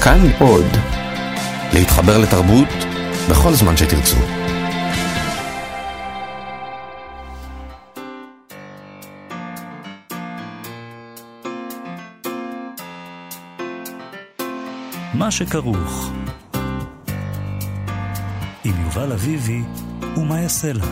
כאן עוד. להתחבר לתרבות בכל זמן שתרצו. מה שכרוך עם יובל אביבי ומה יעשה לה.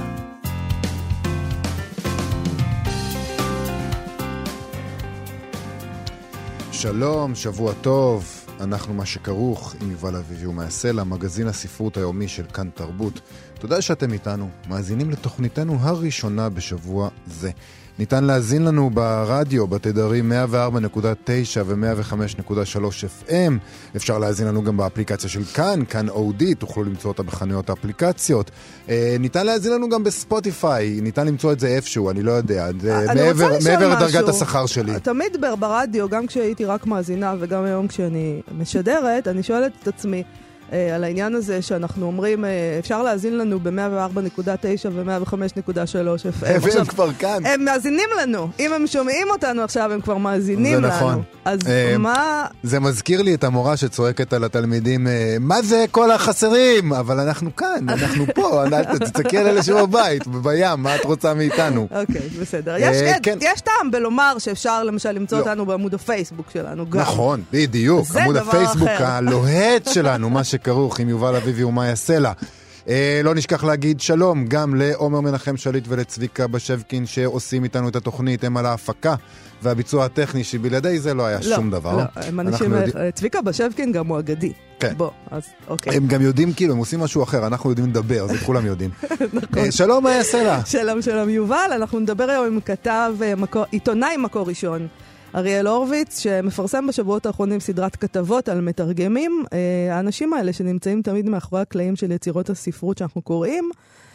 שלום, שבוע טוב. אנחנו מה שכרוך עם יובל אביבי ומה יעשה לה, מגזין הספרות היומי של כאן תרבות. תודה שאתם איתנו, מאזינים לתוכניתנו הראשונה בשבוע זה. ניתן להזין לנו ברדיו, בתדרים 104.9 ו-105.3 FM. אפשר להזין לנו גם באפליקציה של כאן אודי, תוכלו למצוא אותה בחנויות האפליקציות. ניתן להזין לנו גם בספוטיפיי, ניתן למצוא את זה איפשהו, אני לא יודע. מעבר לדרגת השכר שלי. תמיד ברדיו, גם כשהייתי רק מאזינה וגם היום כשאני משדרת, אני שואלת את עצמי, על העניין הזה שאנחנו אומרים, אפשר להזין לנו ב-104.9 ו-105.3 FM. הם כבר כאן. הם מאזינים לנו. אם הם שומעים אותנו עכשיו, הם כבר מאזינים לנו. זה נכון. אז מה... זה מזכיר לי את המורה שצועקת על התלמידים, מה זה כל החסרים? אבל אנחנו כאן, אנחנו פה, תצטקי על אלה שבבית, בים, מה את רוצה מאיתנו? אוקיי, בסדר. יש טעם בלומר שאפשר למשל למצוא אותנו בעמוד הפייסבוק שלנו גם. נכון, בדיוק. עמוד הפייסבוק הלוהט שלנו, מה שכרוך עם יובל אביבי ומה יעשה לה. לא נשכח להגיד שלום גם לעומר מנחם שליט ולצביקה בשבקין שעושים איתנו את התוכנית, הם על ההפקה והביצוע הטכני שבלעדי זה לא היה שום דבר. לא, הם אנשים, צביקה בשבקין גם הוא אגדי. כן. בוא, אז אוקיי. הם גם יודעים, כאילו, הם עושים משהו אחר, אנחנו יודעים לדבר, זה כולם יודעים. נכון. שלום, מה יעשה לה? שלום יובל, אנחנו נדבר היום עם כתב, עיתונאי מקור ראשון. אריאל הורוביץ, שמפרסם בשבועות האחרונים סדרת כתבות על מתרגמים, האנשים האלה שנמצאים תמיד מאחורי הקלעים של יצירות הספרות שאנחנו קוראים,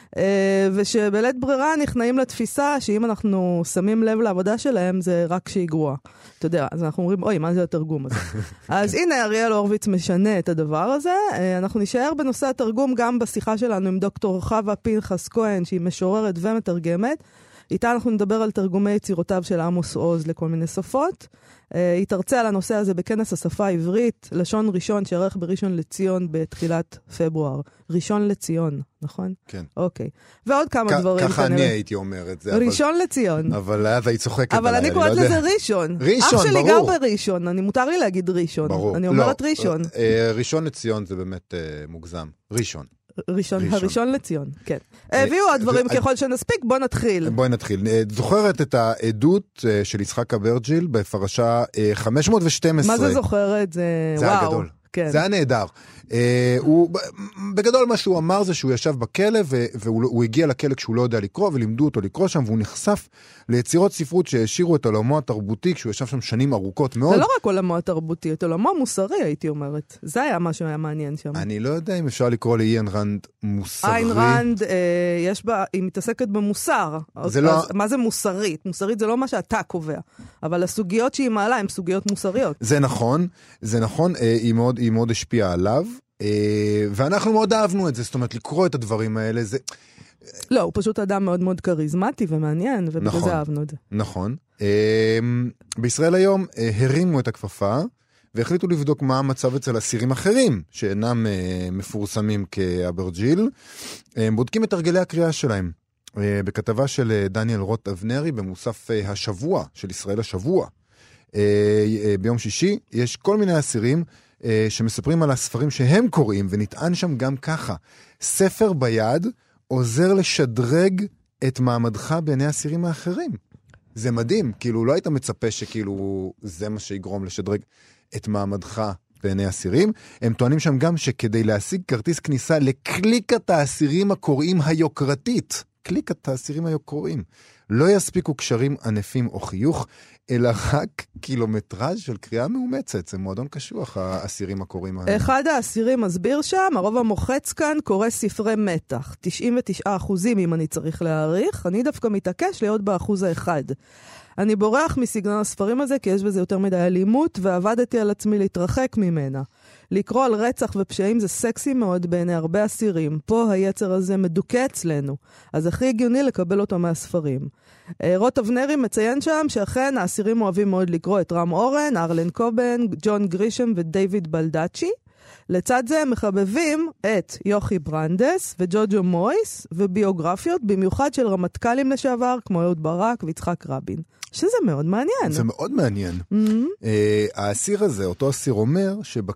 ושבלית ברירה נכנעים לתפיסה שאם אנחנו שמים לב לעבודה שלהם זה רק שהיא גרועה. אתה יודע, אז אנחנו אומרים, אוי, מה זה התרגום הזה? אז הנה אריאל הורוביץ משנה את הדבר הזה. אנחנו נשאר בנושא התרגום גם בשיחה שלנו עם דוקטור חווה פנחס כהן, שהיא משוררת ומתרגמת. איתה אנחנו נדבר על תרגומי יצירותיו של עמוס עוז לכל מיני שפות. היא תרצה על הנושא הזה בכנס השפה העברית, לשון ראשון שערך בראשון לציון בתחילת פברואר. ראשון לציון, נכון? כן. אוקיי. ועוד כמה דברים. ככה אני הייתי אומר את זה. ראשון לציון. אבל אז היית צוחקת עליי. אבל אני קוראת לזה ראשון. ראשון, ברור. אח שלי גר בראשון, מותר לי להגיד ראשון. ברור. אני אומרת ראשון. ראשון לציון זה באמת מוגזם. ראשון. הראשון לציון, כן. הביאו הדברים ככל שנספיק, בוא נתחיל. בואי נתחיל. זוכרת את העדות של יצחק אברג'יל בפרשה 512? מה זה זוכרת? זה היה גדול. זה היה נהדר. בגדול מה שהוא אמר זה שהוא ישב בכלא והוא הגיע לכלא כשהוא לא יודע לקרוא ולימדו אותו לקרוא שם והוא נחשף ליצירות ספרות שהשאירו את עולמו התרבותי כשהוא ישב שם שנים ארוכות מאוד. זה לא רק עולמו התרבותי, את עולמו המוסרי הייתי אומרת. זה היה מה שהיה מעניין שם. אני לא יודע אם אפשר לקרוא לאיין רנד מוסרי. איין רנד, היא מתעסקת במוסר. מה זה מוסרית? מוסרית זה לא מה שאתה קובע. אבל הסוגיות שהיא מעלה הן סוגיות מוסריות. זה נכון, היא מאוד השפיעה עליו. ואנחנו מאוד אהבנו את זה, זאת אומרת, לקרוא את הדברים האלה, זה... לא, הוא פשוט אדם מאוד מאוד קריזמטי ומעניין, ובגלל זה אהבנו את זה. נכון. בישראל היום הרימו את הכפפה, והחליטו לבדוק מה המצב אצל אסירים אחרים, שאינם מפורסמים כאברג'יל. הם בודקים את הרגלי הקריאה שלהם. בכתבה של דניאל רוט אבנרי, במוסף השבוע, של ישראל השבוע, ביום שישי, יש כל מיני אסירים, שמספרים על הספרים שהם קוראים, ונטען שם גם ככה, ספר ביד עוזר לשדרג את מעמדך בעיני הסירים האחרים. זה מדהים, כאילו לא היית מצפה שכאילו זה מה שיגרום לשדרג את מעמדך בעיני הסירים. הם טוענים שם גם שכדי להשיג כרטיס כניסה לקליקת האסירים הקוראים היוקרתית, קליקת האסירים היוקראים, לא יספיקו קשרים ענפים או חיוך, אלא רק קילומטראז' של קריאה מאומצת. זה מועדון קשוח, האסירים הקוראים האלה. אחד האסירים מסביר שם, הרוב המוחץ כאן קורא ספרי מתח. 99% אם אני צריך להעריך, אני דווקא מתעקש להיות באחוז האחד. אני בורח מסגנון הספרים הזה, כי יש בזה יותר מדי אלימות, ועבדתי על עצמי להתרחק ממנה. לקרוא על רצח ופשעים זה סקסי מאוד בעיני הרבה אסירים. פה היצר הזה מדוכא אצלנו, אז הכי הגיוני לקבל אותו מהספרים. רוט אבנרי מציין שם שאכן האסירים אוהבים מאוד לקרוא את רם אורן, ארלן קובן, ג'ון גרישם ודייוויד בלדאצ'י. לצד זה הם מחבבים את יוכי ברנדס וג'וג'ו מויס וביוגרפיות, במיוחד של רמטכ"לים לשעבר, כמו אהוד ברק ויצחק רבין. שזה מאוד מעניין. זה מאוד מעניין. האסיר הזה, אותו אסיר אומר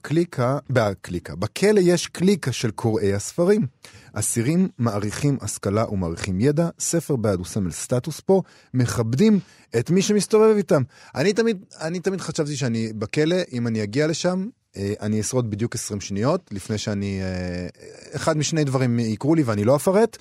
בכלא יש קליקה של קוראי הספרים. אסירים מעריכים השכלה ומעריכים ידע, ספר ביד הוא סמל סטטוס פה, מכבדים את מי שמסתובב איתם. אני תמיד חשבתי שאני בכלא, אם אני אגיע לשם, אני אשרוד בדיוק 20 שניות, לפני שאני, אחד משני דברים יקרו לי ואני לא אפרט,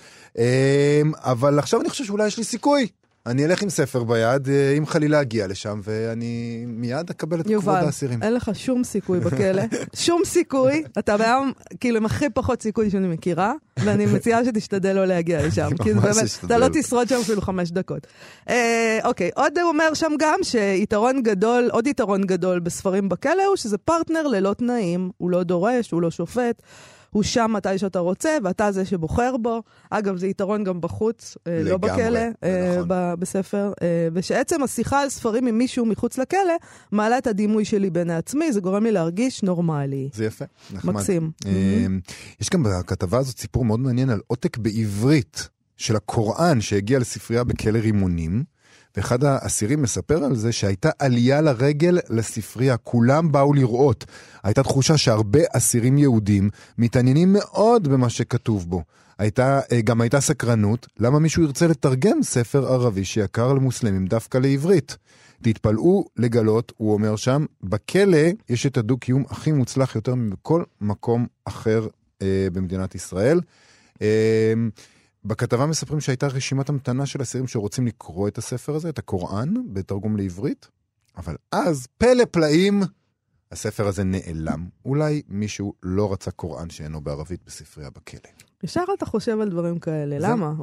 אבל עכשיו אני חושב שאולי יש לי סיכוי. אני אלך עם ספר ביד, אם חלילה אגיע לשם, ואני מיד אקבל את כבוד האסירים. יובל, אין לך שום סיכוי בכלא, שום סיכוי, אתה בעם, כאילו עם הכי פחות סיכוי שאני מכירה, ואני מציעה שתשתדל לא להגיע לשם, כי באמת, אתה לא תשרוד שם אפילו 5 דקות. אוקיי, עוד הוא אומר שם גם עוד יתרון גדול בספרים בכלא הוא שזה פרטנר ללא תנאים, הוא לא דורש, הוא לא שופט, הוא שם מתי שאתה רוצה, ואתה זה שבוחר בו. אגב, זה יתרון גם בחוץ, לא בכלא, בספר. ושעצם השיחה על ספרים עם מישהו מחוץ לכלא, מעלה את הדימוי שלי בין העצמי, זה גורם לי להרגיש נורמלי. זה יפה, נחמד. מקסים. יש גם בכתבה הזאת סיפור מאוד מעניין על עותק בעברית של הקוראן שהגיע לספרייה בכלא רימונים, ואחד האסירים מספר על זה שהייתה עלייה לרגל לספרייה, כולם באו לראות. הייתה תחושה שהרבה אסירים יהודים מתעניינים מאוד במה שכתוב בו. גם הייתה סקרנות, למה מישהו ירצה לתרגם ספר ערבי שיקר למוסלמים דווקא לעברית. תתפלאו לגלות, הוא אומר שם, בכלא יש את הדו-קיום הכי מוצלח יותר מכל מקום אחר במדינת ישראל. בכתבה מספרים שהייתה רשימת המתנה של אסירים שרוצים לקרוא את הספר הזה, את הקוראן, בתרגום לעברית, אבל אז פלא פלאים, הספר הזה נעלם. אולי מישהו לא רצה קוראן שאינו בערבית בספרייה בכלא. ישר אתה חושב על דברים כאלה, למה?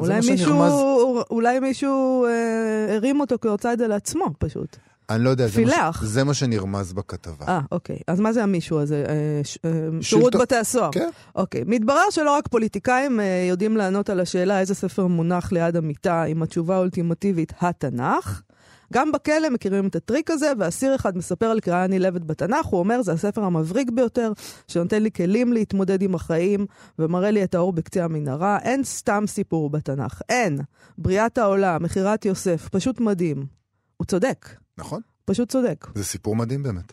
אולי מישהו הרים אותו כהוצאה את זה לעצמו פשוט. אני לא יודע, זה מה שנרמז בכתבה. אוקיי. אז מה זה המישהו הזה? שירות בתי הסוהר. כן. אוקיי. מתברר שלא רק פוליטיקאים יודעים לענות על השאלה איזה ספר מונח ליד המיטה עם התשובה האולטימטיבית, התנ"ך. גם בכלא מכירים את הטריק הזה, ואסיר אחד מספר על קריאה נלהבת בתנ"ך, הוא אומר, זה הספר המבריק ביותר, שנותן לי כלים להתמודד עם החיים, ומראה לי את האור בקצה המנהרה. אין סתם סיפור בתנ"ך. אין. בריאת העולם, מחירת יוסף, פשוט מדהים. הוא צודק. נכון. פשוט צודק. זה סיפור מדהים באמת.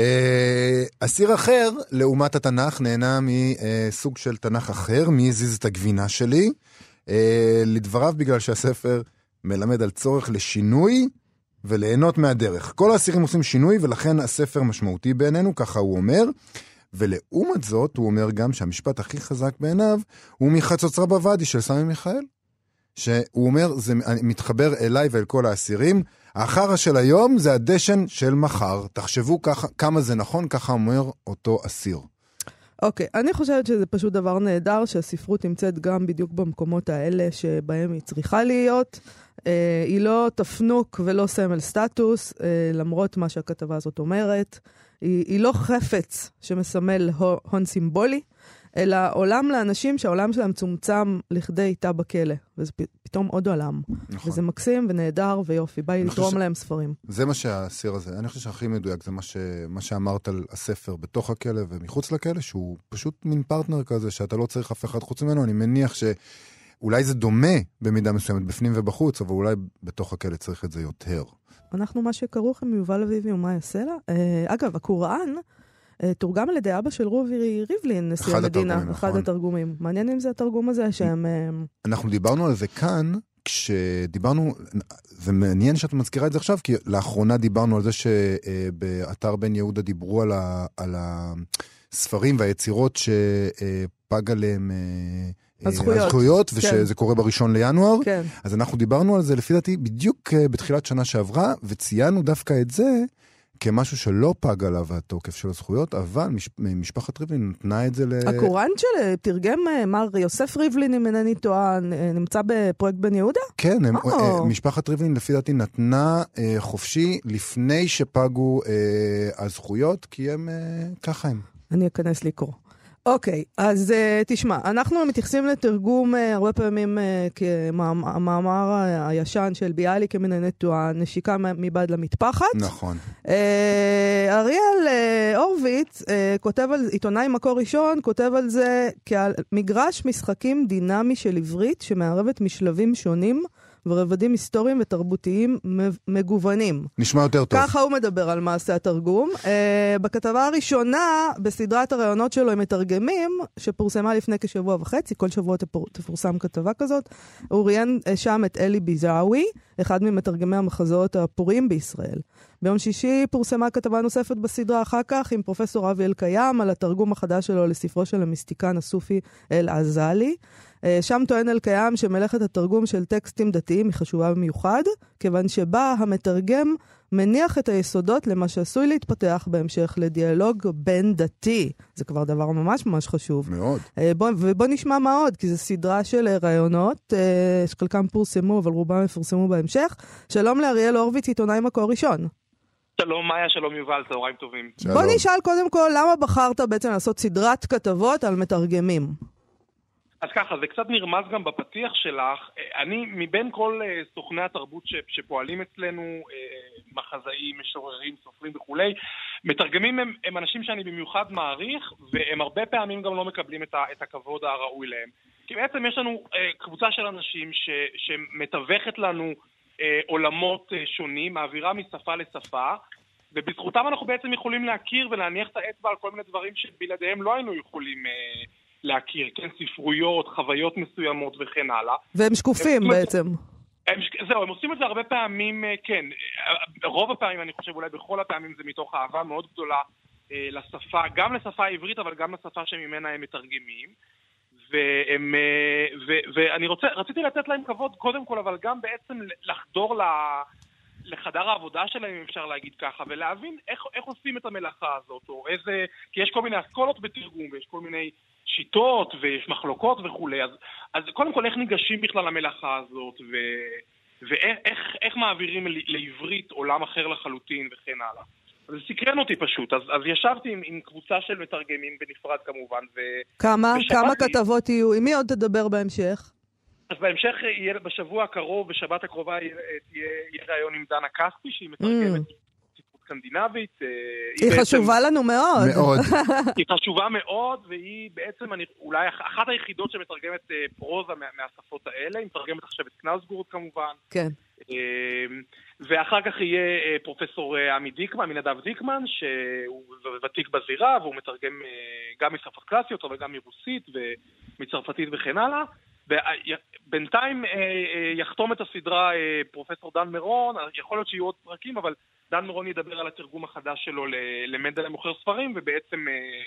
אסיר אחר, לעומת התנ"ך, נהנה מסוג של תנ"ך אחר, מי הזיז את הגבינה שלי, לדבריו בגלל שהספר מלמד על צורך לשינוי וליהנות מהדרך. כל האסירים עושים שינוי ולכן הספר משמעותי בעינינו, ככה הוא אומר, ולעומת זאת הוא אומר גם שהמשפט הכי חזק בעיניו הוא מחצוצרה בוואדי של סמי מיכאל, שהוא אומר, זה מתחבר אליי ואל כל האסירים, האחרה של היום זה הדשן של מחר. תחשבו כמה זה נכון, ככה אומר אותו אסיר. אוקיי, אני חושבת שזה פשוט דבר נהדר, שהספרות נמצאת גם בדיוק במקומות האלה שבהם היא צריכה להיות. היא לא תפנוק ולא סמל סטטוס, למרות מה שהכתבה הזאת אומרת. היא לא חפץ שמסמל הון סימבולי, אלא עולם לאנשים שהעולם שלהם צומצם לכדי תא בכלא. וזה פתאום עוד עולם. נכון. וזה מקסים ונהדר ויופי. בא לי לתרום להם ספרים. זה מה שהסיר הזה, אני חושב שהכי מדויק, זה מה שאמרת על הספר בתוך הכלא ומחוץ לכלא, שהוא פשוט מין פרטנר כזה, שאתה לא צריך אף אחד חוץ ממנו. אני מניח שאולי זה דומה במידה מסוימת בפנים ובחוץ, אבל אולי בתוך הכלא צריך את זה יותר. אנחנו מה שכרוך עם יובל אביבי ומה יעשה לה. אגב, הקוראן תורגם על ידי אבא של רובי ריבלין, נשיא המדינה, אחד התרגומים. מעניין אם זה התרגום הזה שהם... אנחנו דיברנו על זה כאן, כשדיברנו, זה מעניין שאת מזכירה את זה עכשיו, כי לאחרונה דיברנו על זה שבאתר בן יהודה דיברו על הספרים והיצירות שפג עליהם הזכויות, ושזה קורה ב1 לינואר. אז אנחנו דיברנו על זה, לפי דעתי, בדיוק בתחילת שנה שעברה, וציינו דווקא את זה, כמשהו שלא פג עליו התוקף של הזכויות, אבל משפחת ריבלין נתנה את זה הקורנט של תרגם מר יוסף ריבלין, אם אינני טועה, נמצא בפרויקט בן יהודה? כן, משפחת ריבלין לפי דעתי נתנה חופשי לפני שפגו הזכויות, כי הם ככה הם. אני אכנס לקרוא. אוקיי, אז תשמע, אנחנו מתייחסים לתרגום הרבה פעמים כמאמר הישן של ביאליק כמנהלת תנועה, נשיקה מבעד למטפחת. נכון. אריאל הורוביץ כותב על, עיתונאי מקור ראשון, כותב על זה כעל מגרש משחקים דינמי של עברית שמערבת משלבים שונים ורבדים היסטוריים ותרבותיים מגוונים. נשמע יותר טוב. ככה הוא מדבר על מעשה התרגום. בכתבה הראשונה, בסדרת הרעיונות שלו עם מתרגמים, שפורסמה לפני כשבוע וחצי, כל שבוע תפורסם כתבה כזאת, הוא ראיין שם את אלי ביזאווי, אחד ממתרגמי המחזות הפוריים בישראל. ביום שישי פורסמה כתבה נוספת בסדרה אחר כך, עם פרופסור אבי אלקיים, על התרגום החדש שלו לספרו של המיסטיקן הסופי אל-עזאלי. שם טוען אלקיים שמלאכת התרגום של טקסטים דתיים היא חשובה במיוחד, כיוון שבה המתרגם מניח את היסודות למה שעשוי להתפתח בהמשך לדיאלוג בין דתי. זה כבר דבר ממש ממש חשוב. מאוד. ובוא נשמע מה עוד, כי זו סדרה של רעיונות, שחלקם פורסמו, אבל רובם יפורסמו בהמשך. שלום לאריאל הורוביץ, עיתונאי מקור ראשון. שלום מאיה, שלום יובל, צהריים טובים. שלום. בוא נשאל קודם כל, למה בחרת בעצם לעשות סדרת כתבות על מתרגמים? אז ככה, זה קצת נרמז גם בפתיח שלך. אני, מבין כל סוכני התרבות שפועלים אצלנו, מחזאים, משוררים, סופרים וכולי, מתרגמים הם אנשים שאני במיוחד מעריך, והם הרבה פעמים גם לא מקבלים את הכבוד הראוי להם. כי בעצם יש לנו קבוצה של אנשים שמתווכת לנו עולמות שונים, מעבירה משפה לשפה, ובזכותם אנחנו בעצם יכולים להכיר ולהניח את האצבע על כל מיני דברים שבלעדיהם לא היינו יכולים להכיר, כן, ספרויות, חוויות מסוימות וכן הלאה. והם שקופים בעצם. זהו, הם עושים את זה הרבה פעמים, כן, רוב הפעמים, אני חושב, אולי בכל הפעמים זה מתוך אהבה מאוד גדולה לשפה, גם לשפה העברית, אבל גם לשפה שממנה הם מתרגמים. ואני רציתי לתת להם כבוד קודם כל, אבל גם בעצם לחדור לחדר העבודה שלהם, אם אפשר להגיד ככה, ולהבין איך עושים את המלאכה הזאת, או איזה, כי יש כל מיני אסכולות בתרגום, ויש כל מיני שיטות, ויש מחלוקות וכולי, אז קודם כל איך ניגשים בכלל למלאכה הזאת, ואיך מעבירים לעברית עולם אחר לחלוטין וכן הלאה. אז זה סקרן אותי פשוט, אז ישבתי עם קבוצה של מתרגמים בנפרד כמובן, כמה כתבות יהיו? עם מי עוד תדבר בהמשך? אז בהמשך יהיה בשבוע הקרוב, בשבת הקרובה יהיה רעיון עם דנה כספי, שהיא מתרגמת ספרות סקנדינבית. היא חשובה לנו מאוד. מאוד. היא חשובה מאוד, והיא בעצם אולי אחת היחידות שמתרגמת פרוזה מהשפות האלה, היא מתרגמת עכשיו את קנאוסגורד כמובן. כן. ואחר כך יהיה פרופסור עמי דיקמן, מנדב דיקמן, שהוא ותיק בזירה, והוא מתרגם גם משפות קלאסיות, אבל גם מרוסית ומצרפתית וכן הלאה. בינתיים יחתום את הסדרה פרופסור דן מירון, יכול להיות שיהיו עוד פרקים, אבל דן מירון ידבר על התרגום החדש שלו למנדל מוכר ספרים, ובעצם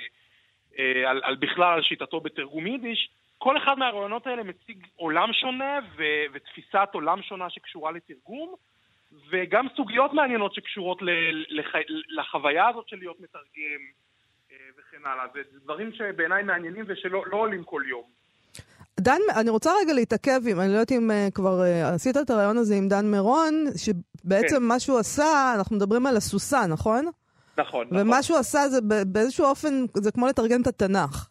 בכלל על שיטתו בתרגום יידיש. כל אחד מהרעיונות האלה מציג עולם שונה ותפיסת עולם שונה שקשורה לתרגום, וגם סוגיות מעניינות שקשורות לחוויה הזאת של להיות מתרגם וכן הלאה. זה דברים שבעיניי מעניינים ושלא עולים כל יום. דן, אני רוצה רגע להתעכב, אני לא יודעת אם כבר עשית את הרעיון הזה עם דן מירון, שבעצם מה שהוא עשה, אנחנו מדברים על הסוסה, נכון? נכון. ומה שהוא עשה זה באיזשהו אופן, זה כמו לתרגם את התנ"ך.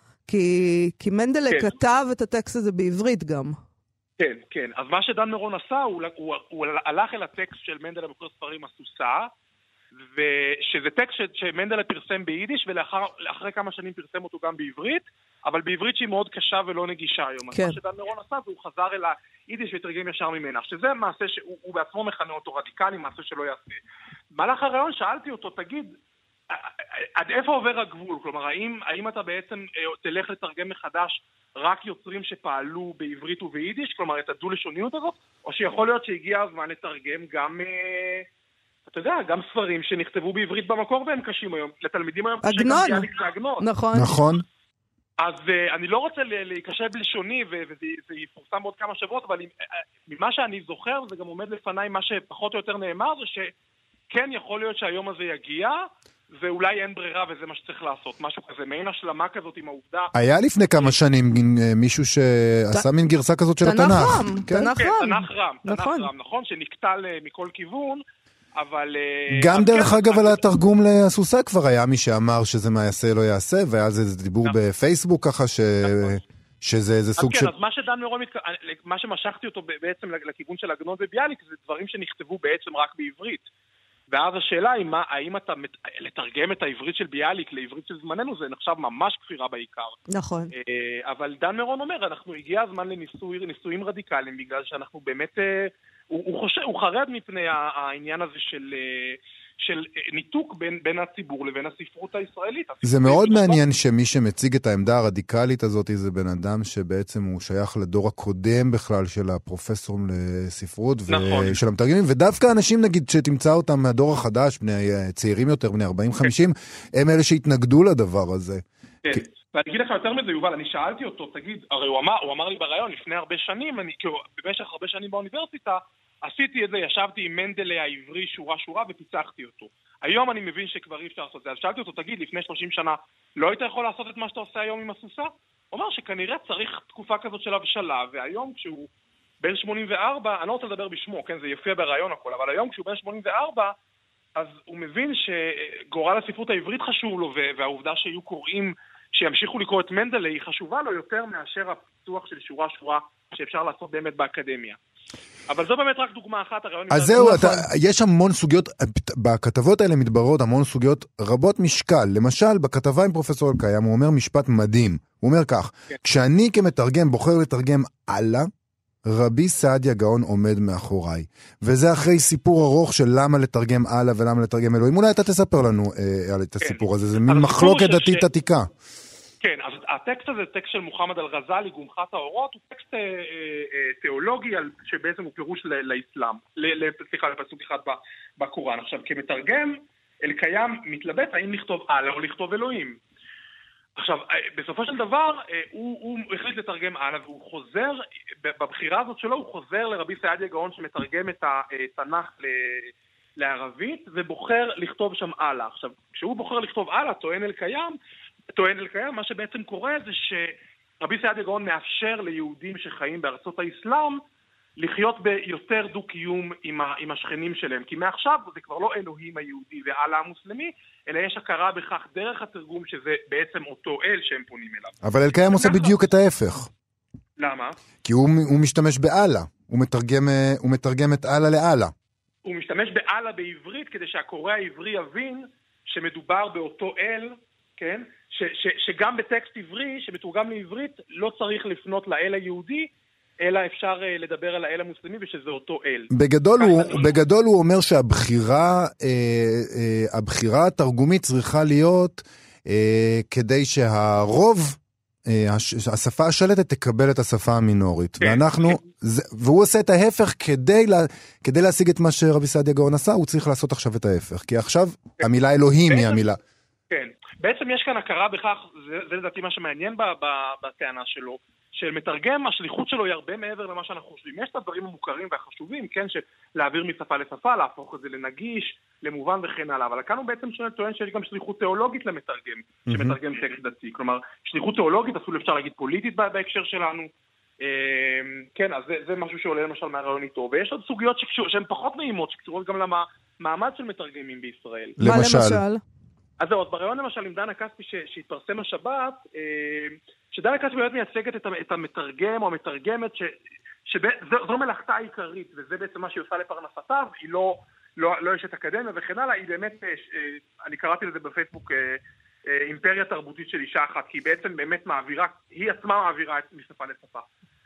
כי מנדלה כתב את הטקסט הזה בעברית גם. כן, כן. אז מה שדן מירון עשה, הוא הלך אל הטקסט של מנדלה מוכר ספרים הסוסה, ושזה טקסט שמנדלה פרסם ביידיש, ולאחרי כמה שנים פרסם אותו גם בעברית, אבל בעברית שהיא מאוד קשה ולא נגישה היום. כן. אז מה שדן מירון עשה, והוא חזר אל היידיש ותרגם ישר ממנה, שזה מעשה שהוא בעצמו מכנה אותו רדיקלי, מעשה שלא יעשה. במהלך הרעיון שאלתי אותו, תגיד, עד איפה עובר הגבול? כלומר, האם אתה בעצם תלך לתרגם מחדש רק יוצרים שפעלו בעברית וביידיש, כלומר, את הדו-לשוניות הזאת, או שיכול להיות שהגיע הזמן לתרגם גם, אתה יודע, גם ספרים שנכתבו בעברית במקור והם קשים היום. לתלמידים היום קשה גם ביאליק ועגנון. נכון. אז אני לא רוצה להיקשב בלשוני, וזה יפורסם בעוד כמה שבועות, אבל ממה שאני זוכר, זה גם עומד לפניי מה שפחות או יותר נאמר, זה כן יכול להיות שהיום הזה יגיע, ואולי אין ברירה וזה מה שצריך לעשות, משהו כזה, מעין השלמה כזאת עם העובדה. היה לפני כמה שנים מישהו שעשה מין גרסה כזאת של התנ"ך. תנ"ך רם, נכון, שנקטל מכל כיוון, אבל... גם דרך אגב על התרגום לסוסה כבר היה מי שאמר שזה מה יעשה לא יעשה, והיה זה דיבור בפייסבוק ככה שזה סוג של... כן, אז מה שדן מירון, מה שמשכתי אותו בעצם לכיוון של עגנון וביאליק, זה דברים שנכתבו בעצם רק בעברית. ואז השאלה היא, האם אתה לתרגם את העברית של ביאליק לעברית של זמננו, זה נחשב ממש כפירה בעיקר. נכון. אבל דן מירון אומר, הגיע הזמן לניסויים רדיקליים, בגלל שאנחנו באמת, הוא חרד מפני העניין הזה של ניתוק בין הציבור לבין הספרות הישראלית. זה מאוד מעניין שמי שמציג את העמדה הרדיקלית הזאת זה בן אדם שבעצם הוא שייך לדור הקודם בכלל של הפרופסור לספרות ושל המתרגמים, ודווקא אנשים נגיד שתמצא אותם מהדור החדש, בני צעירים יותר, בני 40-50, הם אלה שהתנגדו לדבר הזה. כן, ואני אגיד לך יותר מזה יובל, אני שאלתי אותו, תגיד, הרי הוא אמר לי ברעיון לפני הרבה שנים, במשך הרבה שנים באוניברסיטה, עשיתי את זה, ישבתי עם מנדלה העברי שורה ופיצחתי אותו. היום אני מבין שכבר אי אפשר לעשות זה. אז שאלתי אותו, תגיד, לפני 30 שנה לא היית יכול לעשות את מה שאתה עושה היום עם הסוסה? הוא אומר שכנראה צריך תקופה כזאת של הבשלה, והיום כשהוא בן 84, אני לא רוצה לדבר בשמו, כן, זה יופיע ברעיון הכל, אבל היום כשהוא בן 84, אז הוא מבין שגורל הספרות העברית חשוב לו, והעובדה שיהיו קוראים שימשיכו לקרוא את מנדלה היא חשובה לו יותר מאשר הפיתוח של שורה שאפשר לעשות באמת באקדמיה. אבל זו באמת רק דוגמה אחת. אז זהו, יש המון סוגיות, בכתבות האלה מתבררות המון סוגיות רבות משקל. למשל, בכתבה עם פרופסור אלקיים, הוא אומר משפט מדהים. הוא אומר כך, כשאני כמתרגם בוחר לתרגם הלאה, רבי סעדיה גאון עומד מאחוריי. וזה אחרי סיפור ארוך של למה לתרגם הלאה ולמה לתרגם אלוהים. אולי אתה תספר לנו את הסיפור הזה, זה מין מחלוקת דתית עתיקה. כן, אז הטקסט הזה, טקסט של מוחמד אל-גזאלי, גומחת האורות, הוא טקסט תיאולוגי שבעצם הוא פירוש לאסלאם, סליחה, לפסוק אחד בקוראן. עכשיו, כמתרגם, אלקיים מתלבט האם לכתוב אללה או לכתוב אלוהים. עכשיו, בסופו של דבר, הוא החליט לתרגם אללה, והוא חוזר, בבחירה הזאת שלו, הוא חוזר לרבי סעדיה גאון שמתרגם את התנ"ך לערבית, ובוחר לכתוב שם אללה. עכשיו, כשהוא בוחר לכתוב אללה, טוען אלקיים, מה שבעצם קורה זה שרבי סעדיה גאון מאפשר ליהודים שחיים בארצות האסלאם לחיות ביותר דו-קיום עם השכנים שלהם. כי מעכשיו זה כבר לא אלוהים היהודי ואללה המוסלמי, אלא יש הכרה בכך דרך התרגום שזה בעצם אותו אל שהם פונים אליו. אבל אלקיים עושה בדיוק את ההפך. למה? כי הוא משתמש באללה. הוא מתרגם את אללה לאללה. הוא משתמש באללה בעברית כדי שהקורא העברי יבין שמדובר באותו אל, כן? שגם בטקסט עברי שמתורגם לעברית לא צריך לפנות לאל היהודי, אלא אפשר לדבר על האל המוסלמי ושזה אותו אל. בגדול הוא אומר שהבחירה התרגומית צריכה להיות כדי שהרוב, השפה השלטת תקבל את השפה המינורית. והוא עושה את ההפך כדי להשיג את מה שרבי סעדיה גאון עשה, הוא צריך לעשות עכשיו את ההפך. כי עכשיו המילה אלוהים היא המילה. כן. בעצם יש כאן הכרה בכך, זה לדעתי מה שמעניין בטענה שלו, של מתרגם, השליחות שלו היא הרבה מעבר למה שאנחנו חושבים. יש את הדברים המוכרים והחשובים, כן, שלהעביר משפה לשפה, להפוך את זה לנגיש, למובן וכן הלאה. אבל כאן הוא בעצם טוען שיש גם שליחות תיאולוגית למתרגם, שמתרגם טקסט דתי. כלומר, שליחות תיאולוגית, אפילו אפשר להגיד פוליטית בהקשר שלנו. כן, אז זה משהו שעולה למשל מהרעיון איתו. ויש עוד סוגיות שהן פחות נעימות, שקשורות גם למעמד של מתרגמים בישראל. למשל? אז זהו, ברעיון למשל עם דנה כספי שהתפרסם השבת, שדנה כספי באמת מייצגת את המתרגם או המתרגמת, שזו מלאכתה העיקרית, וזה בעצם מה שהיא עושה לפרנסתה, היא לא אשת אקדמיה וכן הלאה, היא באמת, אני קראתי לזה בפייסבוק, אימפריה תרבותית של אישה אחת, כי היא בעצם באמת מעבירה, היא עצמה מעבירה משפה לשפה.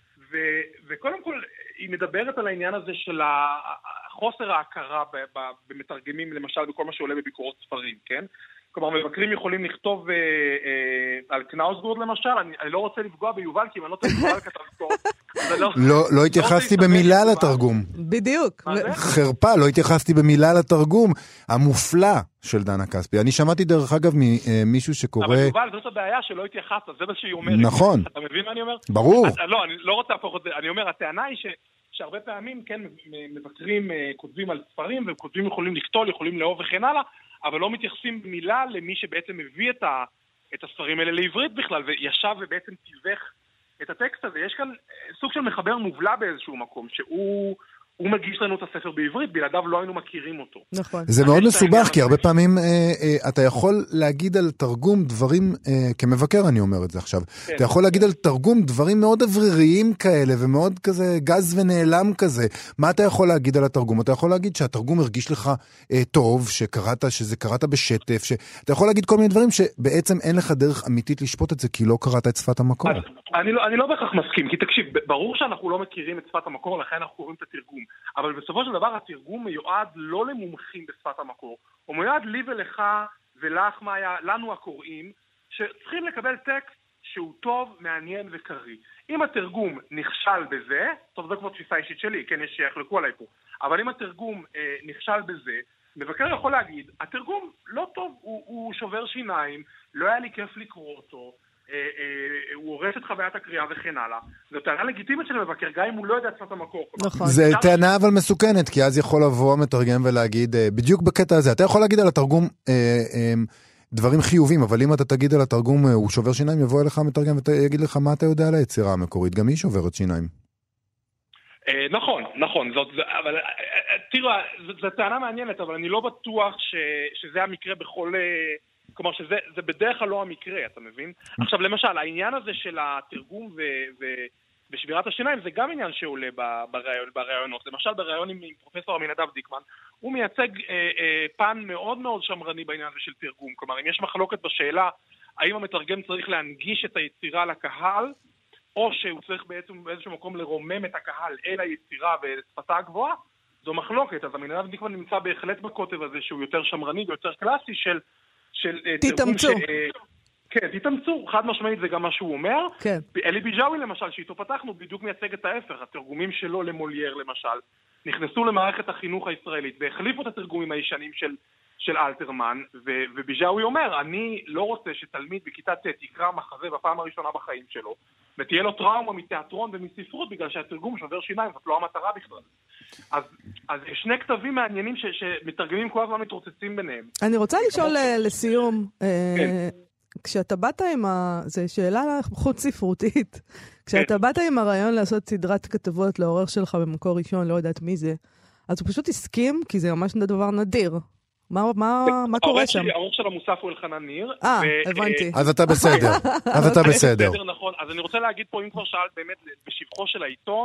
וקודם כל, היא מדברת על העניין הזה של חוסר ההכרה במתרגמים, למשל, בכל מה שעולה בביקורות ספרים, כן? כלומר, מבקרים יכולים לכתוב על קנאוסגורד למשל, אני לא רוצה לפגוע ביובל, כי אם אני לא צריך לפגוע לכתב ביקורת. לא התייחסתי במילה לתרגום. בדיוק. חרפה, לא התייחסתי במילה לתרגום, המופלא של דנה כספי. אני שמעתי דרך אגב ממישהו שקורא... אבל יובל, זאת הבעיה שלא התייחסת, זה מה שהיא אומרת. נכון. אתה מבין מה אני אומר? ברור. לא, אני לא רוצה להפוך את זה, אני אומר, הטענה היא שהרבה פעמים, כן, מבקרים כותבים על ספרים, וכותבים יכולים לכתול, יכולים לאהוב וכן הלאה, אבל לא מתייחסים מילה למי שבעצם מביא את הספרים האלה לעברית בכלל, וישב ובעצם תיווך את הטקסט הזה. יש כאן סוג של מחבר מובלע באיזשהו מקום, שהוא מגיש לנו את הספר בעברית, בלעדיו לא היינו מכירים אותו. נכון. זה מאוד מסובך, כי הרבה פעמים אתה יכול להגיד על תרגום דברים, כמבקר אני אומר את זה עכשיו, אתה יכול להגיד על תרגום דברים מאוד אווריריים כאלה, ומאוד כזה גז ונעלם כזה. מה אתה יכול להגיד על התרגום? אתה יכול להגיד שהתרגום הרגיש לך טוב, שזה קראת בשטף, אתה יכול להגיד כל מיני דברים שבעצם אין לך דרך אמיתית לשפוט את זה, כי לא קראת את שפת המקור. אני לא בהכרח מסכים, כי תקשיב, ברור שאנחנו לא מכירים את שפת המקור, לכן אנחנו קוראים את התרגום. אבל בסופו של דבר התרגום מיועד לא למומחים בשפת המקור, הוא מיועד לי ולך ולך, לנו הקוראים, שצריכים לקבל טקסט שהוא טוב, מעניין וקריא. אם התרגום נכשל בזה, טוב, זה כבר תפיסה אישית שלי, כן, יש שיחלקו עליי פה, אבל אם התרגום נכשל בזה, מבקר יכול להגיד, התרגום לא טוב, הוא שובר שיניים, לא היה לי כיף לקרוא אותו, הוא הורס את חוויית הקריאה וכן הלאה. זו טענה לגיטימית של המבקר, גם אם הוא לא יודע את שפת המקור. נכון. זה טענה אבל מסוכנת, כי אז יכול לבוא המתרגם ולהגיד, בדיוק בקטע הזה, אתה יכול להגיד על התרגום דברים חיובים, אבל אם אתה תגיד על התרגום הוא שובר שיניים, יבוא אליך המתרגם ויגיד לך מה אתה יודע על היצירה המקורית, גם היא שוברת שיניים. נכון, אבל תראו, זו טענה מעניינת, אבל אני לא בטוח שזה המקרה בכל... כלומר שזה בדרך כלל לא המקרה, אתה מבין? עכשיו למשל, העניין הזה של התרגום ושבירת השיניים זה גם עניין שעולה ברעיונות. למשל ברעיון עם פרופסור עמינדב דיקמן, הוא מייצג פן מאוד מאוד שמרני בעניין הזה של תרגום. כלומר, אם יש מחלוקת בשאלה האם המתרגם צריך להנגיש את היצירה לקהל, או שהוא צריך בעצם באיזשהו מקום לרומם את הקהל אל היצירה ושפתה הגבוהה, זו מחלוקת. אז עמינדב דיקמן נמצא בהחלט בקוטב הזה שהוא יותר שמרני ויותר קלאסי של תתאמצו. כן, תתאמצו, חד משמעית זה גם מה שהוא אומר. כן. אלי ביג'אווי למשל, שאיתו פתחנו, בדיוק מייצג את ההפך. התרגומים שלו למולייר למשל, נכנסו למערכת החינוך הישראלית, והחליפו את התרגומים הישנים של אלתרמן, וביג'אווי אומר, אני לא רוצה שתלמיד בכיתה ט' יקרא מחזה בפעם הראשונה בחיים שלו, ותהיה לו טראומה מתיאטרון ומספרות, בגלל שהתרגום שובר שיניים, זאת לא המטרה בכלל. אז יש שני כתבים מעניינים שמתרגמים כל הזמן מתרוצצים ביניהם. אני רוצה לשאול לסיום, כשאתה באת עם זו שאלה חוץ ספרותית, כשאתה באת עם הרעיון לעשות סדרת כתבות לעורך שלך במקור ראשון, לא יודעת מי זה, אז הוא פשוט הסכים, כי זה ממש דבר נדיר. מה קורה שם? העורך של המוסף הוא אלחנן ניר. הבנתי. אז אתה בסדר. נכון. אז אני רוצה להגיד פה, אם כבר שאלת באמת בשבחו של העיתון,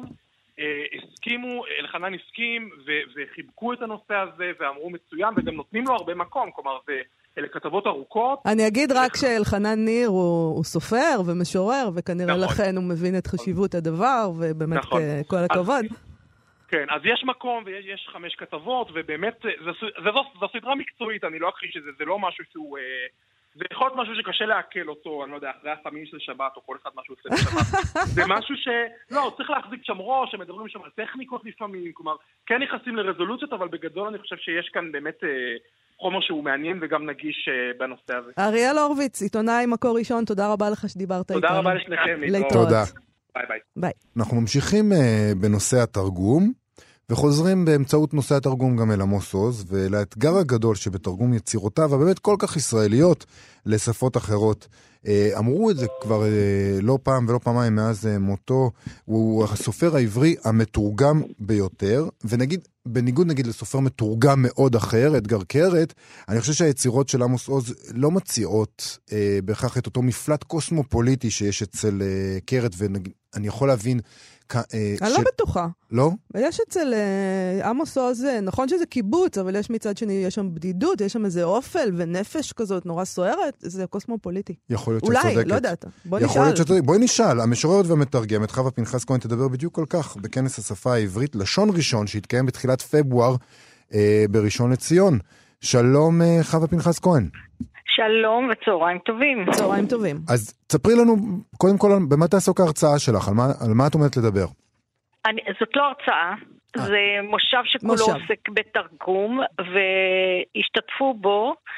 אלחנן הסכים וחיבקו את הנושא הזה ואמרו מצוין, וגם נותנים לו הרבה מקום, כלומר אלה כתבות ארוכות. אני אגיד רק שאלחנן ניר הוא סופר ומשורר, וכנראה לכן הוא מבין את חשיבות הדבר, ובאמת כל הכבוד. כן, אז יש מקום ויש 5 כתבות, ובאמת זו סדרה מקצועית, אני לא אכחיש שזה, זה לא משהו שהוא... זה יכול להיות משהו שקשה להקל אותו, אני לא יודע, אחרי הסמים של שבת, או כל אחד משהו עושה בשבת. זה משהו לא, צריך להחזיק שם ראש, שמדברים שם על טכניקות לפעמים, כלומר, כן נכנסים לרזולוציות, אבל בגדול אני חושב שיש כאן באמת חומר שהוא מעניין וגם נגיש בנושא הזה. אריאל הורוביץ, עיתונאי מקור ראשון, תודה רבה לך שדיברת איתנו. תודה רבה לשניכם. תודה. ביי. אנחנו ממשיכים בנושא התרגום, וחוזרים באמצעות נושא התרגום גם אל עמוס עוז, ולאתגר הגדול שבתרגום יצירותיו, ובאמת כל כך ישראליות לשפות אחרות. אמרו את זה כבר לא פעם ולא פעמיים מאז מותו, הוא הסופר העברי המתורגם ביותר, ונגיד, בניגוד נגיד לסופר מתורגם מאוד אחר, אדגר קרת, אני חושב שהיצירות של עמוס עוז לא מציעות בהכרח את אותו מפלט קוסמופוליטי שיש אצל קרת, ואני יכול להבין אני לא בטוחה. לא? יש אצל עמוס עוז, נכון שזה קיבוץ, אבל יש מצד שני, יש שם בדידות, יש שם איזה אופל ונפש כזאת נורא סוערת, זה קוסמופוליטי. יכול להיות שצודקת. אולי, לא יודעת. בוא נשאל. בואי נשאל, המשוררת והמתרגמת, חווה פנחס כהן תדבר בדיוק כל כך, בכנס השפה העברית, לשון ראשון, שהתקיים בתחילת פברואר בראשון לציון. שלום חווה פנחס כהן. שלום וצהריים טובים. צהריים טובים. אז תספרי לנו, קודם כל, במה תעסוק ההרצאה שלך? על מה את עומדת לדבר? זאת לא הרצאה, זה מושב שכולו עוסק בתרגום, והשתתפו בו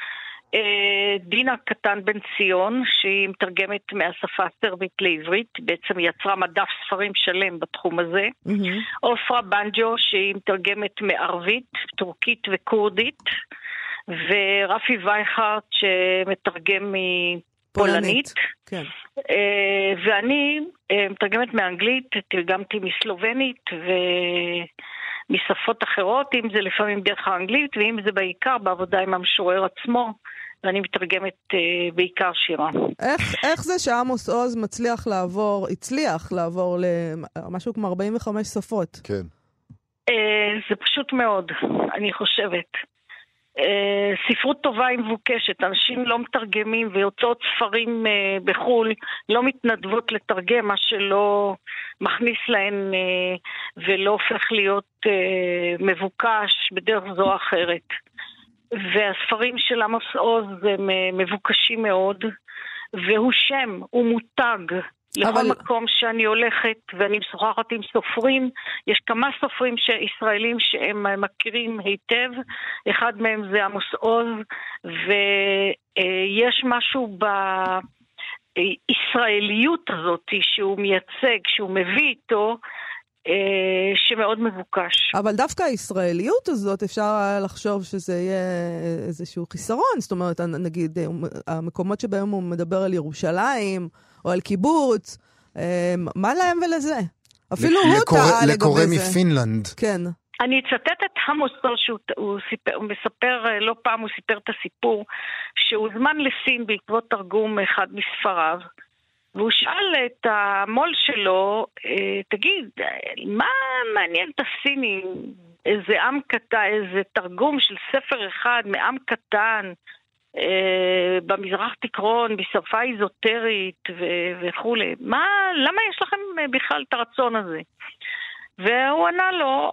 דינה קטן בן ציון, שהיא מתרגמת מהשפה הסרבית לעברית, בעצם יצרה מדף ספרים שלם בתחום הזה. עופרה בנג'ו, שהיא מתרגמת מערבית, טורקית וקורדית, ורפי וייכרט, שמתרגם מפולנית. כן. ואני מתרגמת מאנגלית, תרגמתי מסלובנית ומשפות אחרות, אם זה לפעמים דרך האנגלית, ואם זה בעיקר בעבודה עם המשורר עצמו, ואני מתרגמת בעיקר שירה. איך זה שעמוס עוז הצליח לעבור למשהו כמו 45 שפות? כן. זה פשוט מאוד, אני חושבת. ספרות טובה היא מבוקשת, אנשים לא מתרגמים ויוצאות ספרים בחול, לא מתנדבות לתרגם מה שלא מכניס להן ולא הופך להיות מבוקש בדרך זו או אחרת. והספרים של עמוס עוז הם מבוקשים מאוד, והוא שם, הוא מותג. לכל מקום שאני הולכת ואני משוחחת עם סופרים, יש כמה סופרים ישראלים שהם מכירים היטב, אחד מהם זה עמוס עוז, ויש משהו בישראליות הזאת שהוא מייצג, שהוא מביא איתו, שמאוד מבוקש. אבל דווקא הישראליות הזאת אפשר לחשוב שזה יהיה איזשהו חיסרון, זאת אומרת, נגיד, המקומות שבהם הוא מדבר על ירושלים, או על קיבוץ, מה להם ולזה? אפילו הוא טעה לגבי זה. לקורא מפינלנד. כן. אני אצטט את עמוס עוז, שהוא מספר, לא פעם הוא סיפר את הסיפור, שהוא זמן לסין בעקבות תרגום אחד מספריו, והוא שאל את המול שלו, תגיד, מה מעניין את הסינים? איזה עם קטן, איזה תרגום של ספר אחד מעם קטן, במזרח תקרון, בשפה איזוטרית וכו'. למה יש לכם בכלל את הרצון הזה? והוא ענה לו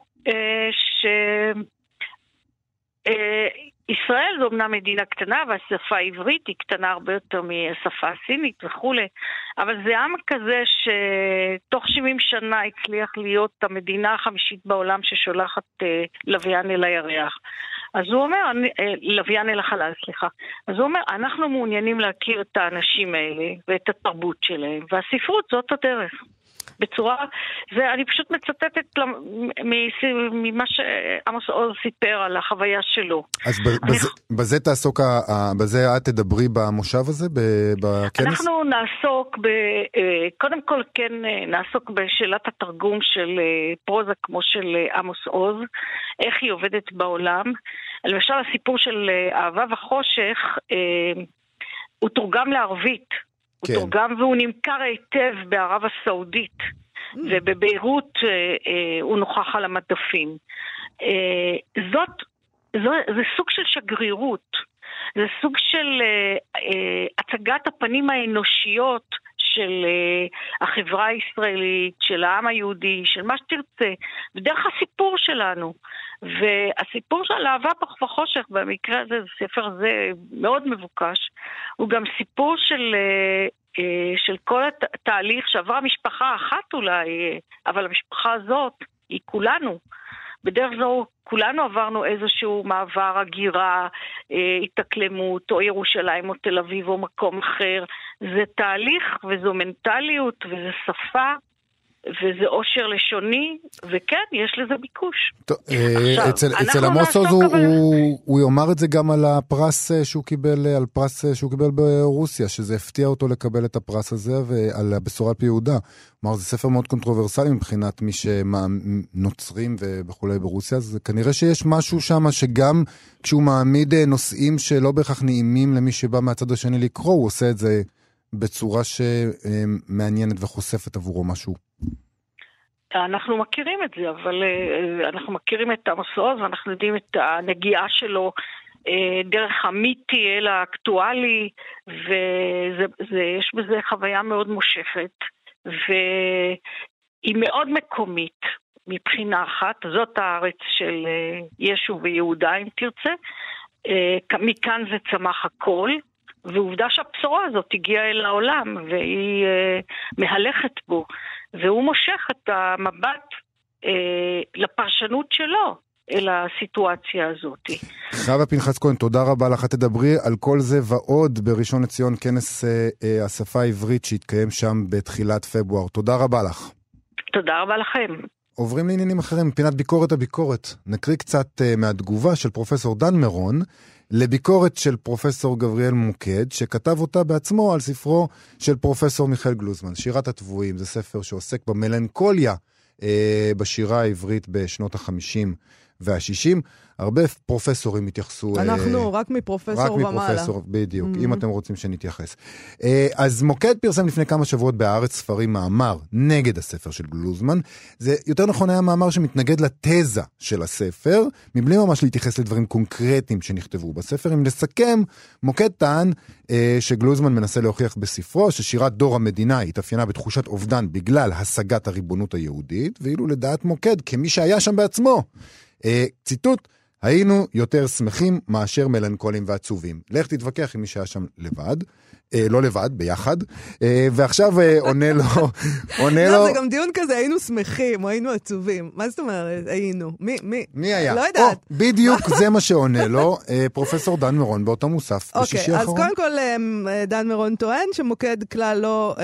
ישראל זו אמנם מדינה קטנה, והשפה העברית היא קטנה הרבה יותר מהשפה הסינית וכו', אבל זה עם כזה שתוך 70 שנה הצליח להיות המדינה החמישית בעולם ששולחת לוויין אל הירח. אז הוא אומר, לוויין אל החלל, סליחה. אז הוא אומר, אנחנו מעוניינים להכיר את האנשים האלה ואת התרבות שלהם, והספרות זאת הדרך. בצורה, אני פשוט מצטטת ממה שעמוס עוז סיפר על החוויה שלו. אז בזה תעסוק, בזה את תדברי במושב הזה, בכנס? אנחנו נעסוק, קודם כל כן נעסוק בשאלת התרגום של פרוזה כמו של עמוס עוז, איך היא עובדת בעולם. למשל הסיפור של אהבה וחושך, הוא תורגם לערבית. הוא תורגם והוא נמכר היטב בערב הסעודית, ובביירות הוא נוכח על המדפים. זה סוג של שגרירות, זה סוג של הצגת הפנים האנושיות של החברה הישראלית, של העם היהודי, של מה שתרצה, בדרך הסיפור שלנו. והסיפור של אהבה וחושך, במקרה הזה, ספר זה מאוד מבוקש, הוא גם סיפור של כל התהליך שעברה משפחה אחת אולי, אבל המשפחה הזאת היא כולנו. בדרך זו כולנו עברנו איזשהו מעבר הגירה, התאקלמות, או ירושלים או תל אביב או מקום אחר. זה תהליך וזו מנטליות וזה שפה. וזה עושר לשוני, וכן, יש לזה ביקוש. אצל עמוס עוז הוא יאמר את זה גם על הפרס שהוא קיבל ברוסיה, שזה הפתיע אותו לקבל את הפרס הזה, ועל הבשורת יהודה. כלומר, זה ספר מאוד קונטרוברסלי מבחינת מי שנוצרים וכו' ברוסיה, אז כנראה שיש משהו שם שגם כשהוא מעמיד נושאים שלא בהכרח נעימים למי שבא מהצד השני לקרוא, הוא עושה את זה בצורה שמעניינת וחושפת עבורו משהו. אנחנו מכירים את זה, אבל אנחנו מכירים את עמוס עוז, ואנחנו יודעים את הנגיעה שלו דרך המיתי אל האקטואלי, ויש בזה חוויה מאוד מושכת, והיא מאוד מקומית מבחינה אחת, זאת הארץ של ישו ויהודה אם תרצה, מכאן זה צמח הכל, ועובדה שהבשורה הזאת הגיעה אל העולם, והיא מהלכת בו, והוא מושך את המבט לפרשנות שלו, אל הסיטואציה הזאת. חווה פנחס כהן, תודה רבה לך. תדברי על כל זה ועוד בראשון לציון, כנס השפה העברית שהתקיים שם בתחילת פברואר. תודה רבה לך. תודה רבה לכם. עוברים לעניינים אחרים, פינת ביקורת הביקורת. נקריא קצת מהתגובה של פרופסור דן מירון לביקורת של פרופסור גבריאל מוקד, שכתב אותה בעצמו על ספרו של פרופסור מיכאל גלוזמן, שירת הטבועים. זה ספר שעוסק במלנכוליה בשירה העברית בשנות ה-50 וה-60. הרבה פרופסורים התייחסו. אנחנו רק מפרופסור ומעלה. רק מפרופסור, בדיוק, אם אתם רוצים שנתייחס. אז מוקד פרסם לפני כמה שבועות בארץ ספרים מאמר נגד הספר של גלוזמן. זה יותר נכון היה מאמר שמתנגד לתזה של הספר, מבלי ממש להתייחס לדברים קונקרטיים שנכתבו בספר. אם לסכם, מוקד טען שגלוזמן מנסה להוכיח בספרו ששירת דור המדינה התאפיינה בתחושת אובדן בגלל השגת הריבונות היהודית, ואילו לדעת מוקד, כמי שהיה שם בעצמו, ציטוט, היינו יותר שמחים מאשר מלנכולים ועצובים. לך תתווכח עם מי שהיה שם לבד, לא לבד, ביחד, ועכשיו עונה לו... לא, זה גם דיון כזה, היינו שמחים או היינו עצובים. מה זאת אומרת, היינו? מי היה? לא יודעת. בדיוק זה מה שעונה לו פרופסור דן מירון באותו מוסף בשישי האחרון. אז קודם כל דן מירון טוען שמוקד כלל לא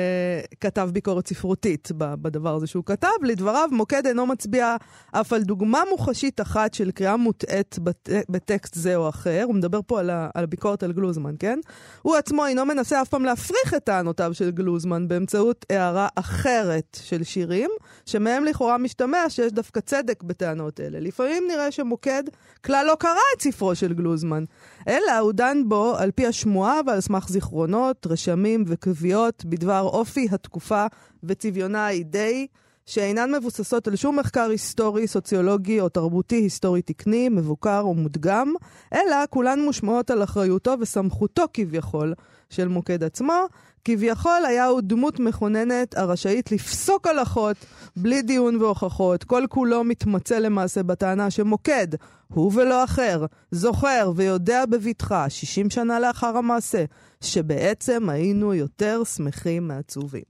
כתב ביקורת ספרותית בדבר הזה שהוא כתב. לדבריו, מוקד אינו מצביע אף על דוגמה מוחשית אחת של קריאה מוטעת בטקסט זה או אחר. הוא מדבר פה על הביקורת על גלוזמן, כן? הוא עצמו אינו מנסה אף פעם להפריך את טענותיו של גלוזמן באמצעות הערה אחרת של שירים, שמהם לכאורה משתמע שיש דווקא צדק בטענות אלה. לפעמים נראה שמוקד כלל לא קרא את ספרו של גלוזמן, אלא הוא דן בו על פי השמועה ועל סמך זיכרונות, רשמים וקביעות בדבר אופי התקופה וצביונה האידאי, שאינן מבוססות על שום מחקר היסטורי, סוציולוגי או תרבותי היסטורי תקני, מבוקר או מודגם, אלא כולן מושמעות על אחריותו וסמכותו כביכול של מוקד עצמו. כביכול היה הוא דמות מכוננת הרשאית לפסוק הלכות בלי דיון והוכחות. כל כולו מתמצא למעשה בטענה שמוקד, הוא ולא אחר, זוכר ויודע בביטחה 60 שנה לאחר המעשה, שבעצם היינו יותר שמחים מעצובים.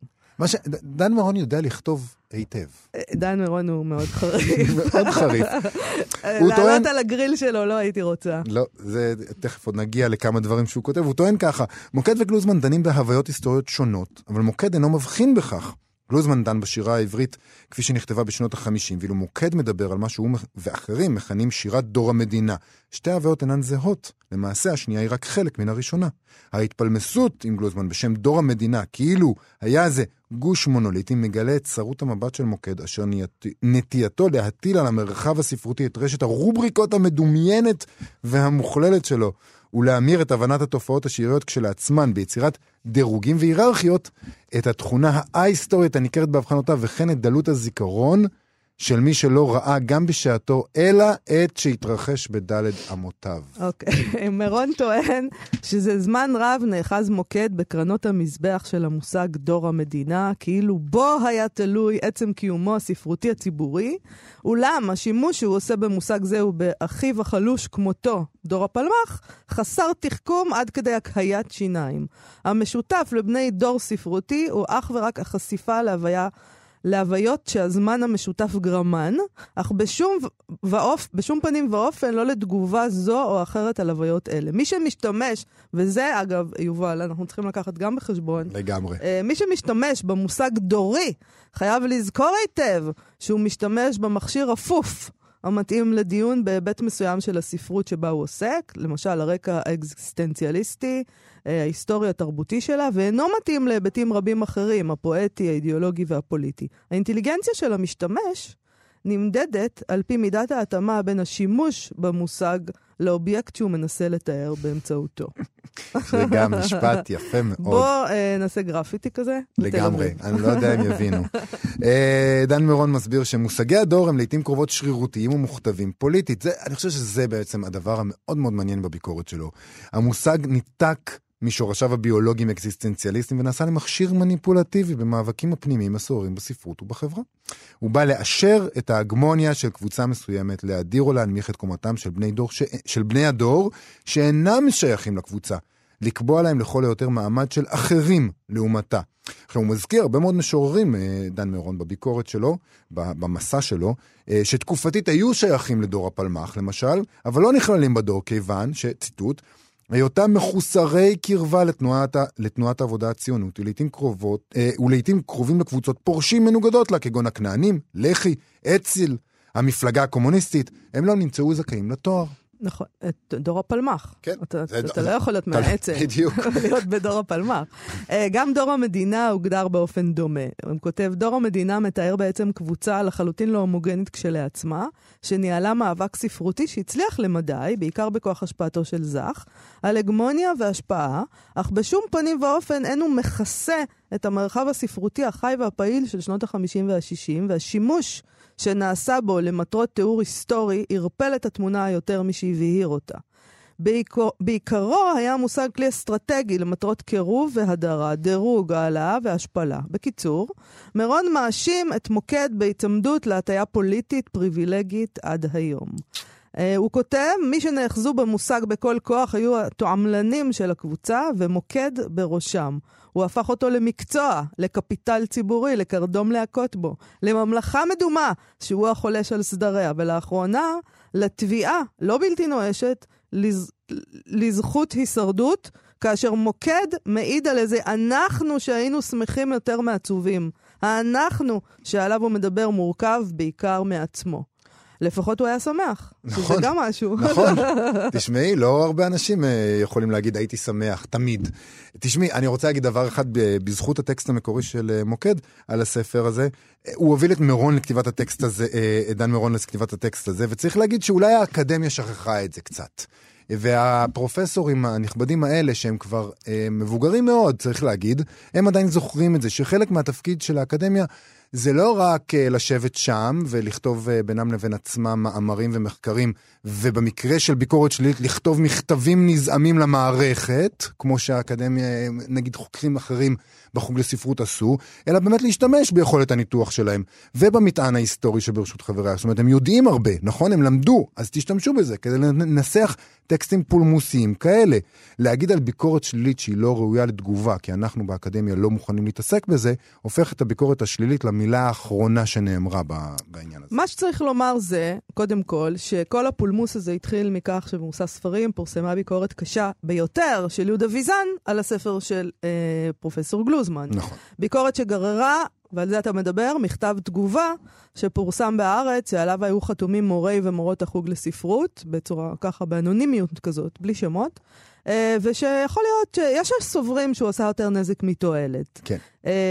דן מירון יודע לכתוב היטב. דן מירון הוא מאוד חריף. מאוד חריף. לעלות על הגריל שלו לא הייתי רוצה. לא, זה תכף עוד נגיע לכמה דברים שהוא כותב. הוא טוען ככה, מוקד וגלוזמן דנים בהוויות היסטוריות שונות, אבל מוקד אינו מבחין בכך. גלוזמן דן בשירה העברית כפי שנכתבה בשנות ה-50, ואילו מוקד מדבר על מה שהוא ואחרים מכנים שירת דור המדינה. שתי ההוויות אינן זהות. למעשה השנייה היא רק חלק מן הראשונה. ההתפלמסות עם גלוזמן בשם דור המדינה, כאילו היה זה גוש מונוליטי, מגלה את צרות המבט של מוקד, אשר נטייתו להטיל על המרחב הספרותי את רשת הרובריקות המדומיינת והמוכללת שלו, ולהמיר את הבנת התופעות השיריות כשלעצמן ביצירת דירוגים והיררכיות, את התכונה ההיסטורית הניכרת בהבחנותיו, וכן את דלות הזיכרון של מי שלא ראה גם בשעתו, אלא את שהתרחש בדלת אמותיו. אוקיי, מירון טוען שזה זמן רב נאחז מוקד בקרנות המזבח של המושג דור המדינה, כאילו בו היה תלוי עצם קיומו הספרותי הציבורי, אולם השימוש שהוא עושה במושג זה הוא באחיו החלוש כמותו, דור הפלמח, חסר תחכום עד כדי הקהיית שיניים. המשותף לבני דור ספרותי הוא אך ורק החשיפה להוויות שהזמן המשותף גרמן, אך בשום פנים ואופן לא לתגובה זו או אחרת על הוויות אלה. מי שמשתמש, וזה אגב, יובל, אנחנו צריכים לקחת גם בחשבון. לגמרי. מי שמשתמש במושג דורי, חייב לזכור היטב שהוא משתמש במכשיר אפוף, המתאים לדיון בהיבט מסוים של הספרות שבה הוא עוסק, למשל הרקע האקזיסטנציאליסטי, ההיסטוריה התרבותי שלה, ואינו מתאים להיבטים רבים אחרים, הפואטי, האידיאולוגי והפוליטי. האינטליגנציה של המשתמש נמדדת על פי מידת ההתאמה בין השימוש במושג לאובייקט שהוא מנסה לתאר באמצעותו. זה גם משפט יפה מאוד. בוא נעשה גרפיטי כזה. לגמרי, אני לא יודע אם יבינו. דן מירון מסביר שמושגי הדור הם לעתים קרובות שרירותיים ומוכתבים פוליטית. אני חושב שזה בעצם הדבר המאוד מאוד מעניין בביקורת שלו. המושג ניתק משורשיו הביולוגיים אקזיסטנציאליסטיים ונעשה למכשיר מניפולטיבי במאבקים הפנימיים הסוערים בספרות ובחברה. הוא בא לאשר את ההגמוניה של קבוצה מסוימת, להדיר או להנמיך את קומתם של בני הדור שאינם שייכים לקבוצה, לקבוע להם לכל היותר מעמד של אחרים לעומתה. הוא מזכיר הרבה מאוד משוררים, דן מירון, בביקורת שלו, במסע שלו, שתקופתית היו שייכים לדור הפלמ"ח, למשל, אבל לא נכללים בדור, כיוון שציטוט, היותם מחוסרי קרבה לתנועת העבודה הציונות, ולעיתים קרובים לקבוצות פורשים מנוגדות לה, כגון הכנענים, לח"י, אציל, המפלגה הקומוניסטית, הם לא נמצאו זכאים לתואר. נכון, את דור הפלמ"ח. כן. אתה לא יכול להיות מהעצם. בדיוק. להיות בדור הפלמ"ח. גם דור המדינה הוגדר באופן דומה. הוא כותב, דור המדינה מתאר בעצם קבוצה לחלוטין לא הומוגנית כשלעצמה, שניהלה מאבק ספרותי שהצליח למדי, בעיקר בכוח השפעתו של זך, על הגמוניה והשפעה, אך בשום פנים ואופן אינו מכסה את המרחב הספרותי החי והפעיל של שנות ה-50 וה-60, והשימוש שנעשה בו למטרות תיאור היסטורי, הרפל את התמונה היותר משהבהיר אותה. בעיקרו היה מושג כלי אסטרטגי למטרות קירוב והדרה, דירוג, העלאה והשפלה. בקיצור, מירון מאשים את מוקד בהתעמדות להטיה פוליטית פריבילגית עד היום. הוא כותב, מי שנאחזו במושג בכל כוח היו התועמלנים של הקבוצה ומוקד בראשם. הוא הפך אותו למקצוע, לקפיטל ציבורי, לקרדום להכות בו, לממלכה מדומה, שהוא החולש על סדריה, ולאחרונה, לתביעה, לא בלתי נואשת, לזכות הישרדות, כאשר מוקד מעיד על איזה אנחנו שהיינו שמחים יותר מעצובים. האנחנו שעליו הוא מדבר מורכב בעיקר מעצמו. לפחות הוא היה שמח. נכון. שזה גם משהו. נכון. תשמעי, לא הרבה אנשים יכולים להגיד, הייתי שמח, תמיד. תשמעי, אני רוצה להגיד דבר אחד בזכות הטקסט המקורי של מוקד על הספר הזה. הוא הוביל את מירון לכתיבת הטקסט הזה, דן מירון לכתיבת הטקסט הזה, וצריך להגיד שאולי האקדמיה שכחה את זה קצת. והפרופסורים הנכבדים האלה, שהם כבר מבוגרים מאוד, צריך להגיד, הם עדיין זוכרים את זה, שחלק מהתפקיד של האקדמיה, זה לא רק לשבת שם ולכתוב בינם לבין עצמם מאמרים ומחקרים, ובמקרה של ביקורת שלילית לכתוב מכתבים נזעמים למערכת, כמו שהאקדמיה, נגיד חוקרים אחרים בחוג לספרות עשו, אלא באמת להשתמש ביכולת הניתוח שלהם, ובמטען ההיסטורי שברשות חבריה. זאת אומרת, הם יודעים הרבה, נכון? הם למדו, אז תשתמשו בזה, כדי לנסח טקסטים פולמוסיים כאלה. להגיד על ביקורת שלילית שהיא לא ראויה לתגובה, כי אנחנו באקדמיה לא מוכנים להתעסק בזה, הופך את הביקורת השלילית למילה האחרונה שנאמרה בעניין הזה. מה שצריך לומר זה, קודם כל, שכל הפולמוס הזה התחיל מכך שבמוסף ספרים פורסמה ביקורת קשה ביותר של יהודה ויזן על הספר של פרופסור גלוזמן. נכון. ביקורת שגררה, ועל זה אתה מדבר, מכתב תגובה שפורסם בארץ, שעליו היו חתומים מורי ומורות החוג לספרות, בצורה ככה, באנונימיות כזאת, בלי שמות, ושיכול להיות שיש סוברים שהוא עשה יותר נזק מתועלת. כן.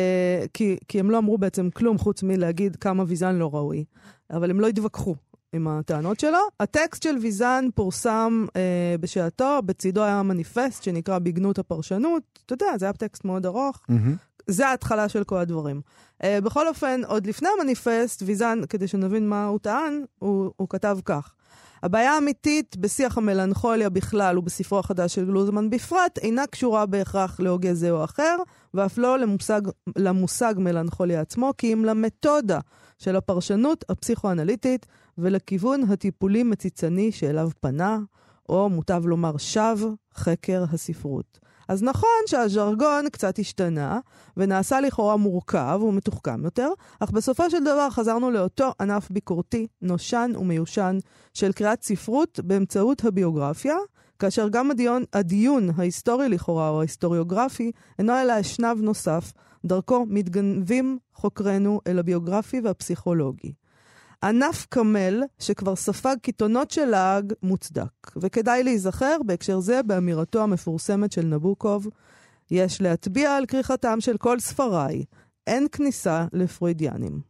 כי הם לא אמרו בעצם כלום חוץ מלהגיד כמה ויזן לא ראוי, אבל הם לא התווכחו עם הטענות שלו. הטקסט של ויזן פורסם בשעתו, בצידו היה מניפסט שנקרא בגנות הפרשנות, אתה יודע, זה היה טקסט מאוד ארוך, זה ההתחלה של כל הדברים. בכל אופן, עוד לפני המניפסט, ויזן, כדי שנבין מה הוא טען, הוא כתב כך. הבעיה האמיתית בשיח המלנכוליה בכלל ובספרו החדש של גלוזמן בפרט, אינה קשורה בהכרח להוגה זה או אחר, ואף לא למושג מלנכוליה עצמו, כי אם למתודה של הפרשנות הפסיכואנליטית, ולכיוון הטיפולי מציצני שאליו פנה, או מוטב לומר שב חקר הספרות. אז נכון שהז'רגון קצת השתנה, ונעשה לכאורה מורכב ומתוחכם יותר, אך בסופו של דבר חזרנו לאותו ענף ביקורתי, נושן ומיושן, של קריאת ספרות באמצעות הביוגרפיה, כאשר גם הדיון ההיסטורי לכאורה או ההיסטוריוגרפי, אינו אלא אשנב נוסף, דרכו מתגנבים חוקרנו אל הביוגרפי והפסיכולוגי. ענף כמל שכבר ספג קיתונות של לעג מוצדק, וכדאי להיזכר בהקשר זה באמירתו המפורסמת של נבוקוב, יש להטביע על כריכתם של כל ספריי, אין כניסה לפרוידיאנים.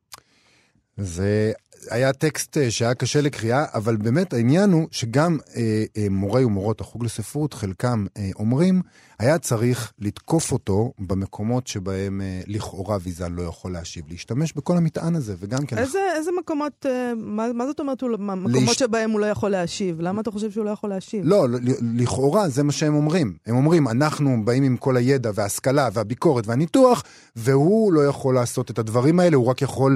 זה היה טקסט שהיה קשה לקריאה, אבל באמת העניין הוא שגם מורי ומורות החוג לספרות, חלקם אומרים, היה צריך לתקוף אותו במקומות שבהם לכאורה ויזן לא יכול להשיב, להשתמש בכל המטען הזה, וגם כן... איזה מקומות, מה זאת אומרת, מקומות שבהם הוא לא יכול להשיב? למה אתה חושב שהוא לא יכול להשיב? לא, לכאורה זה מה שהם אומרים. הם אומרים, אנחנו באים עם כל הידע וההשכלה והביקורת והניתוח, והוא לא יכול לעשות את הדברים האלה, הוא רק יכול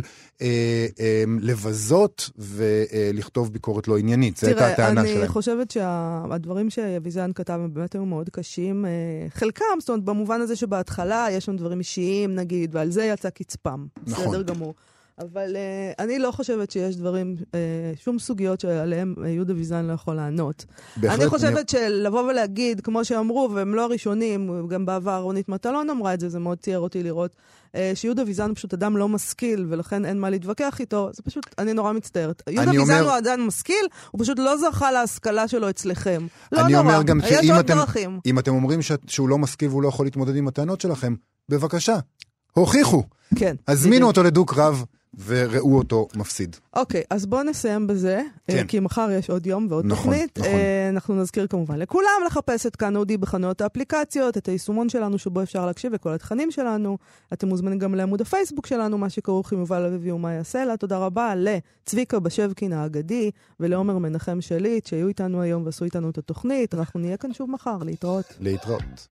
לבזות ולכתוב ביקורת לא עניינית. זו הייתה הטענה שלהם. אני חושבת שהדברים שוויזן כתב הם באמת היו מאוד קשים, חלקם, זאת אומרת, במובן הזה שבהתחלה יש שם דברים אישיים, נגיד, ועל זה יצא קצפם. נכון. בסדר גמור. אבל אני לא חושבת שיש דברים, שום סוגיות שעליהם יהודה ויזן לא יכול לענות. אני חושבת שלבוא ולהגיד, כמו שאמרו, והם לא הראשונים, גם בעבר רונית מטלון אמרה את זה, זה מאוד צייר אותי לראות, שיהודה ויזן פשוט אדם לא משכיל, ולכן אין מה להתווכח איתו, זה פשוט, אני נורא מצטערת. יהודה ויזן הוא אדם משכיל, הוא פשוט לא זכה להשכלה שלו אצלכם. לא נורא, יש עוד דרכים. אם אתם אומרים שהוא לא משכיל והוא לא יכול להתמודד עם הטענות שלכם, בבקשה, הוכיחו. כן. הזמינו אותו לדוק רב, וראו אותו מפסיד. אוקיי, אז בואו נסיים בזה, כי מחר יש עוד יום ועוד תוכנית. אנחנו נזכיר כמובן לכולם לחפש את כאן אודי בחנויות האפליקציות, את היישומון שלנו שבו אפשר להקשיב וכל התכנים שלנו. אתם מוזמנים גם לעמוד הפייסבוק שלנו, מה שכרוך עם יובל אביבי ומה יעשה לה. תודה רבה לצביקה בשבקין האגדי ולעומר מנחם שליט שהיו איתנו היום ועשו איתנו את התוכנית. אנחנו נהיה כאן שוב מחר, להתראות.